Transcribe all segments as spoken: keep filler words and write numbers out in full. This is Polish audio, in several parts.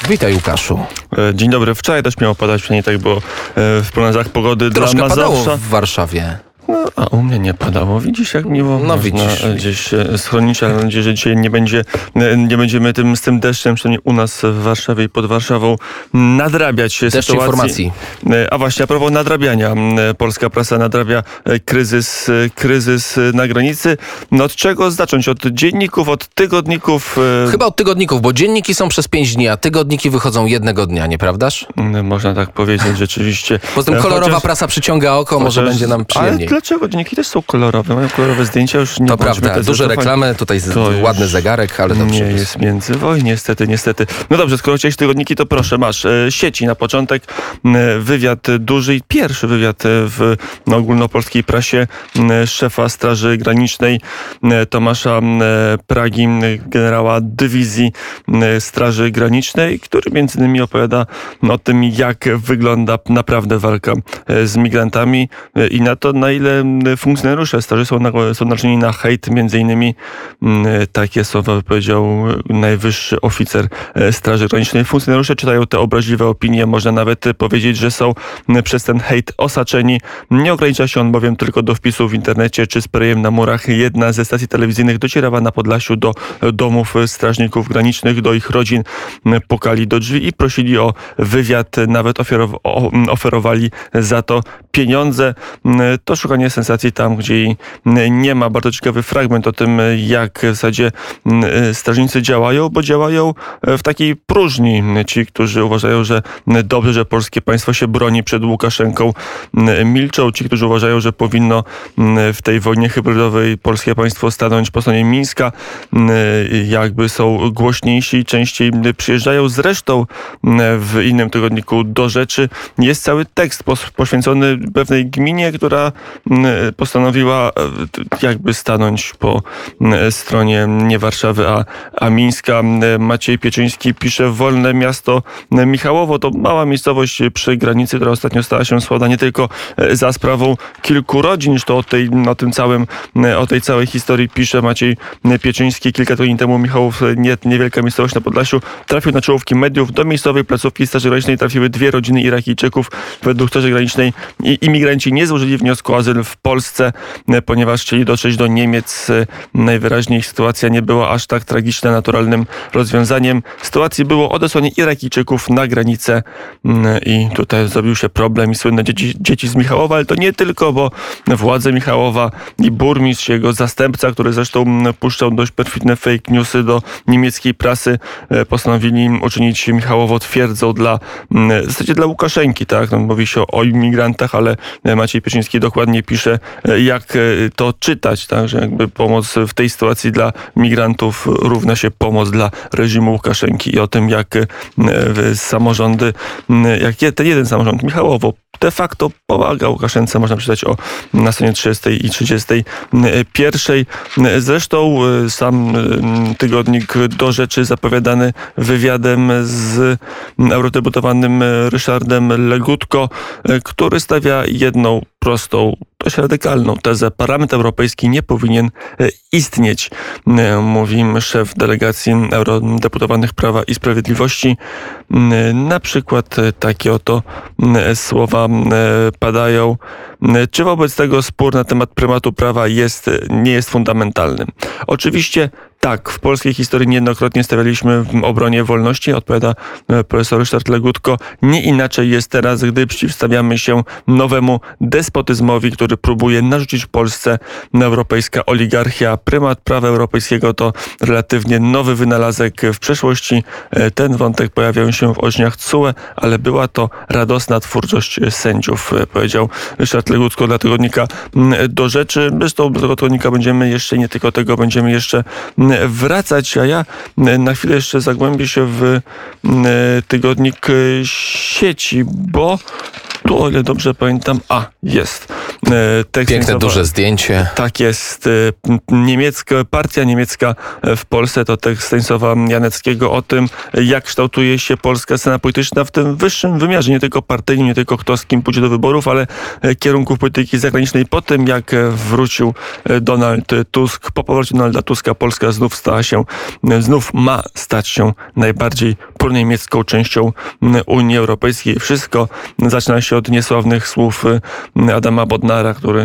Witaj, Łukaszu. Dzień dobry. Wczoraj też miało padać, przynajmniej tak było w prognozach pogody Troszkę dla Mazowsza. padało w Warszawie. No, a u mnie nie padało. Widzisz, jak miło no, można widzisz. gdzieś schronić, ale mam nadzieję, że dzisiaj nie będzie, nie będziemy tym, z tym deszczem, przynajmniej u nas w Warszawie i pod Warszawą, nadrabiać Deszcz sytuacji. informacji. A właśnie, a propos nadrabiania. Polska prasa nadrabia kryzys, kryzys na granicy. No od czego zacząć? Od dzienników, od tygodników? Chyba od tygodników, bo dzienniki są przez pięć dni, a tygodniki wychodzą jednego dnia, nieprawdaż? Można tak powiedzieć, rzeczywiście. Poza tym kolorowa Chociaż, prasa przyciąga oko, chociaż, może będzie nam przyjemniej. Ale dlaczego? Dzienniki też są kolorowe, mają kolorowe zdjęcia, już nie To prawda, duże reklamy, tutaj ładny zegarek, ale to nie przypis. jest międzywojnie, niestety, niestety. No dobrze, skoro chciałeś tygodniki, to proszę, masz e, sieci na początek, e, wywiad duży, pierwszy wywiad w no, ogólnopolskiej prasie e, szefa Straży Granicznej e, Tomasza e, Pragi, generała dywizji e, Straży Granicznej, który między innymi opowiada o tym, jak wygląda naprawdę walka e, z migrantami e, i na to, na ile funkcjonariusze straży są, na, są narażeni na hejt, między innymi m, takie słowa wypowiedział najwyższy oficer Straży Granicznej. Funkcjonariusze czytają te obraźliwe opinie, można nawet powiedzieć, że są przez ten hejt osaczeni. Nie ogranicza się on bowiem tylko do wpisów w internecie czy sprayem na murach. Jedna ze stacji telewizyjnych docierała na Podlasiu do domów strażników granicznych, do ich rodzin, pukali do drzwi i prosili o wywiad, nawet oferow- oferowali za to pieniądze. To szukanie sensacji tam, gdzie jej nie ma. Bardzo ciekawy fragment o tym, jak w zasadzie strażnicy działają, bo działają w takiej próżni. Ci, którzy uważają, że dobrze, że polskie państwo się broni przed Łukaszenką, milczą. Ci, którzy uważają, że powinno w tej wojnie hybrydowej polskie państwo stanąć po stronie Mińska, jakby są głośniejsi i częściej przyjeżdżają. Zresztą w innym tygodniku Do Rzeczy jest cały tekst poświęcony pewnej gminie, która postanowiła jakby stanąć po stronie nie Warszawy, a, a Mińska. Maciej Pieczyński pisze: wolne miasto Michałowo to mała miejscowość przy granicy, która ostatnio stała się sławna nie tylko za sprawą kilku rodzin, to o tej, o tym całym, o tej całej historii pisze Maciej Pieczyński. Kilka tygodni temu Michałów, nie, niewielka miejscowość na Podlasiu, trafił na czołówki mediów. Do miejscowej placówki Straży Granicznej trafiły dwie rodziny Irakijczyków. Według Straży Granicznej imigranci nie złożyli wniosku o azyl w Polsce, ponieważ chcieli dotrzeć do Niemiec. Najwyraźniej sytuacja nie była aż tak tragiczna. Naturalnym rozwiązaniem sytuacji było odesłanie Irakijczyków na granicę i tutaj zrobił się problem i słynne dzieci, dzieci z Michałowa, ale to nie tylko, bo władze Michałowa i burmistrz, jego zastępca, który zresztą puszczał dość perfidne fake newsy do niemieckiej prasy, postanowili uczynić Michałowo twierdzą dla, w zasadzie dla Łukaszenki, tak? No, mówi się o imigrantach, ale Maciej Pieczyński dokładnie pisze, jak to czytać, tak? Że jakby pomoc w tej sytuacji dla migrantów równa się pomoc dla reżimu Łukaszenki i o tym, jak samorządy, jak ten jeden samorząd, Michałowo, de facto pomaga Łukaszence, można przeczytać o na stronie trzydziestej i trzydziestej pierwszej. Zresztą sam tygodnik Do Rzeczy zapowiadany wywiadem z eurodeputowanym Ryszardem Legutko, który stawia jedną prostą, dość radykalną tezę. Parlament Europejski nie powinien istnieć, mówi szef delegacji eurodeputowanych Prawa i Sprawiedliwości. Na przykład takie oto słowa padają. Czy wobec tego spór na temat prymatu prawa jest, nie jest fundamentalny? Oczywiście tak, w polskiej historii niejednokrotnie stawialiśmy w obronie wolności, odpowiada profesor Ryszard Legutko. Nie inaczej jest teraz, gdy przeciwstawiamy się nowemu despotyzmowi, który próbuje narzucić Polsce europejska oligarchia. Prymat prawa europejskiego to relatywnie nowy wynalazek w przeszłości. Ten wątek pojawiał się w oczniach T S U E, ale była to radosna twórczość sędziów, powiedział Ryszard Legutko dla tygodnika Do Rzeczy. Zresztą do tego tygodnika będziemy jeszcze, nie tylko tego, będziemy jeszcze wracać, a ja na chwilę jeszcze zagłębię się w tygodnik Sieci, bo tu, o ile dobrze pamiętam, a jest. Tekst Piękne, duże zdjęcie. Tak jest. Niemiecka, partia niemiecka w Polsce to tekst Stanisława Janeckiego o tym, jak kształtuje się polska scena polityczna w tym wyższym wymiarze, nie tylko partyjnym, nie tylko kto z kim pójdzie do wyborów, ale kierunków polityki zagranicznej. Po tym, jak wrócił Donald Tusk, po powrocie Donalda Tuska Polska znów stała się, znów ma stać się najbardziej proniemiecką częścią Unii Europejskiej. Wszystko zaczyna się od niesławnych słów Adama Bodnara, który,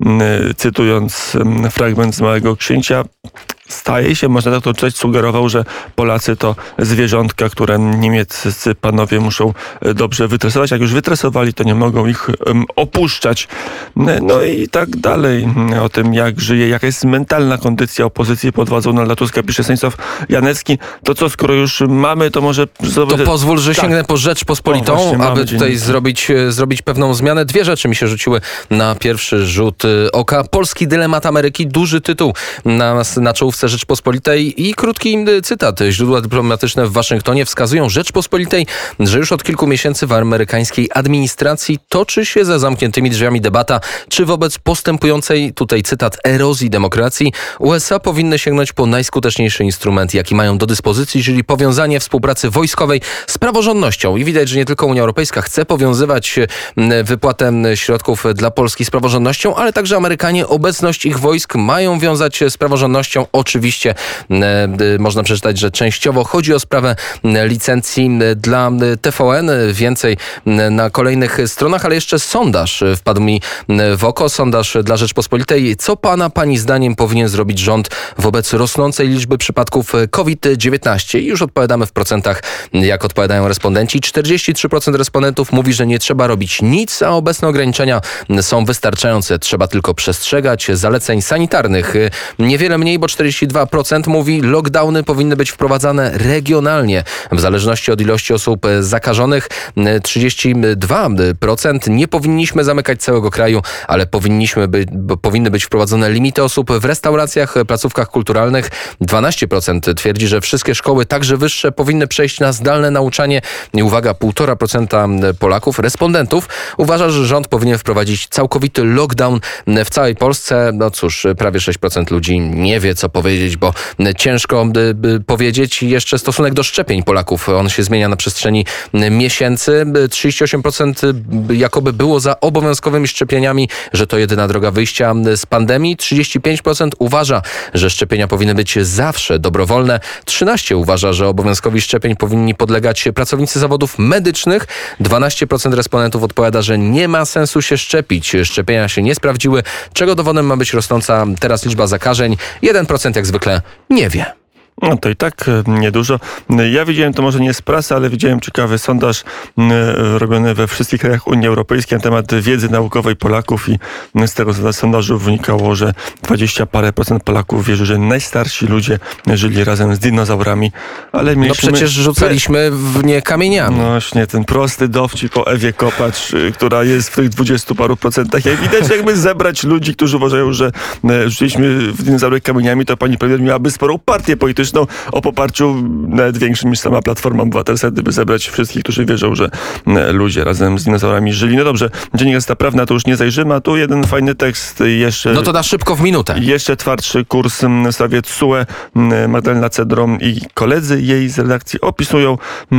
cytując fragment z Małego Księcia, staje się, można tak to czytać, sugerował, że Polacy to zwierzątka, które niemieccy panowie muszą dobrze wytresować. Jak już wytresowali, to nie mogą ich um, opuszczać. No i tak dalej. O tym, jak żyje, jaka jest mentalna kondycja opozycji pod władzą Donalda Tuska, pisze Stanisław Janecki. To co, skoro już mamy, to może... To pozwól, że sięgnę tak po Rzeczpospolitą, o, właśnie, aby tutaj zrobić, zrobić pewną zmianę. Dwie rzeczy mi się rzuciły na pierwszy rzut oka. Polski dylemat Ameryki, duży tytuł na, na czołówce Rzeczpospolitej i krótki cytat. Źródła dyplomatyczne w Waszyngtonie wskazują Rzeczpospolitej, że już od kilku miesięcy w amerykańskiej administracji toczy się za zamkniętymi drzwiami debata, czy wobec postępującej, tutaj cytat, erozji demokracji U S A powinny sięgnąć po najskuteczniejszy instrument, jaki mają do dyspozycji, czyli powiązanie współpracy wojskowej z praworządnością. I widać, że nie tylko Unia Europejska chce powiązywać wypłatę środków dla Polski z praworządnością, ale także Amerykanie obecność ich wojsk mają wiązać z praworządnością. Oczywiście e, można przeczytać, że częściowo chodzi o sprawę licencji dla T V N. Więcej na kolejnych stronach, ale jeszcze sondaż wpadł mi w oko. Sondaż dla Rzeczpospolitej. Co pana, pani zdaniem powinien zrobić rząd wobec rosnącej liczby przypadków COVID dziewiętnaście? I już odpowiadamy w procentach, jak odpowiadają respondenci. czterdzieści trzy procent respondentów mówi, że nie trzeba robić nic, a obecne ograniczenia są wystarczające. Trzeba tylko przestrzegać zaleceń sanitarnych. Niewiele mniej, bo czterdzieści dwa procent mówi, lockdowny powinny być wprowadzane regionalnie, w zależności od ilości osób zakażonych. trzydzieści dwa procent nie powinniśmy zamykać całego kraju, ale powinniśmy by, powinny być wprowadzone limity osób w restauracjach, placówkach kulturalnych. dwanaście procent twierdzi, że wszystkie szkoły, także wyższe, powinny przejść na zdalne nauczanie. I uwaga, półtora procent Polaków, respondentów, uważa, że rząd powinien wprowadzić całkowity lockdown w całej Polsce. No cóż, prawie sześć procent ludzi nie wie, co powiedzieć, bo ciężko by, by powiedzieć. Jeszcze stosunek do szczepień Polaków, on się zmienia na przestrzeni miesięcy. trzydzieści osiem procent jakoby było za obowiązkowymi szczepieniami, że to jedyna droga wyjścia z pandemii. trzydzieści pięć procent uważa, że szczepienia powinny być zawsze dobrowolne. trzynaście procent uważa, że obowiązkowi szczepień powinni podlegać pracownicy zawodów medycznych. dwanaście procent respondentów odpowiada, że nie ma sensu się szczepić. Szczepienia się nie sprawdziły, czego dowodem ma być rosnąca teraz liczba zakażeń. jeden procent jak zwykle nie wie. No to i tak niedużo. Ja widziałem, to może nie z prasy, ale widziałem ciekawy sondaż robiony we wszystkich krajach Unii Europejskiej na temat wiedzy naukowej Polaków i z tego sondażu wynikało, że dwadzieścia parę procent Polaków wierzy, że najstarsi ludzie żyli razem z dinozaurami, ale mieliśmy... No przecież rzucaliśmy w nie kamieniami. No właśnie, ten prosty dowcip o Ewie Kopacz, która jest w tych dwudziestu paru procentach. Jak widać, jakby zebrać ludzi, którzy uważają, że rzuciliśmy w dinozaury kamieniami, to pani premier miałaby sporą partię polityczną o poparciu nawet większym niż sama Platforma Obywatelska, gdyby zebrać wszystkich, którzy wierzą, że ludzie razem z dinozaurami żyli. No dobrze, Dziennik Gazeta Prawna to już nie zajrzymy, a tu jeden fajny tekst jeszcze. No to na szybko w minutę. Jeszcze twardszy kurs w sprawie T S U E. Magdalena Cedrom i koledzy jej z redakcji opisują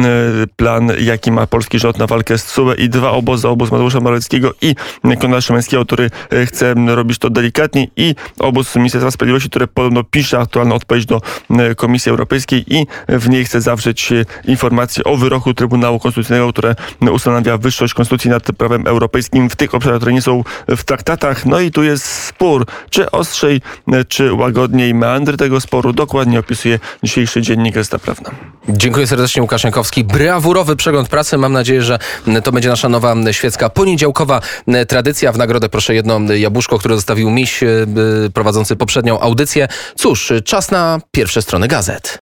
plan, jaki ma polski rząd na walkę z T S U E i dwa obozy, obóz Mateusza Morawieckiego i Konrada Szymańskiego, który chce robić to delikatnie, i obóz Ministerstwa Sprawiedliwości, które podobno pisze aktualną odpowiedź do Komisji Europejskiej i w niej chce zawrzeć informację o wyroku Trybunału Konstytucyjnego, które ustanawia wyższość konstytucji nad prawem europejskim w tych obszarach, które nie są w traktatach. No i tu jest spór, czy ostrzej, czy łagodniej. Meandry tego sporu dokładnie opisuje dzisiejszy Dziennik Gazeta Prawna. Dziękuję serdecznie, Łukasz Jankowski. Brawurowy przegląd prasy. Mam nadzieję, że to będzie nasza nowa świecka poniedziałkowa tradycja. W nagrodę proszę jedno jabłuszko, które zostawił miś prowadzący poprzednią audycję. Cóż, czas na pierwsze strony gazet.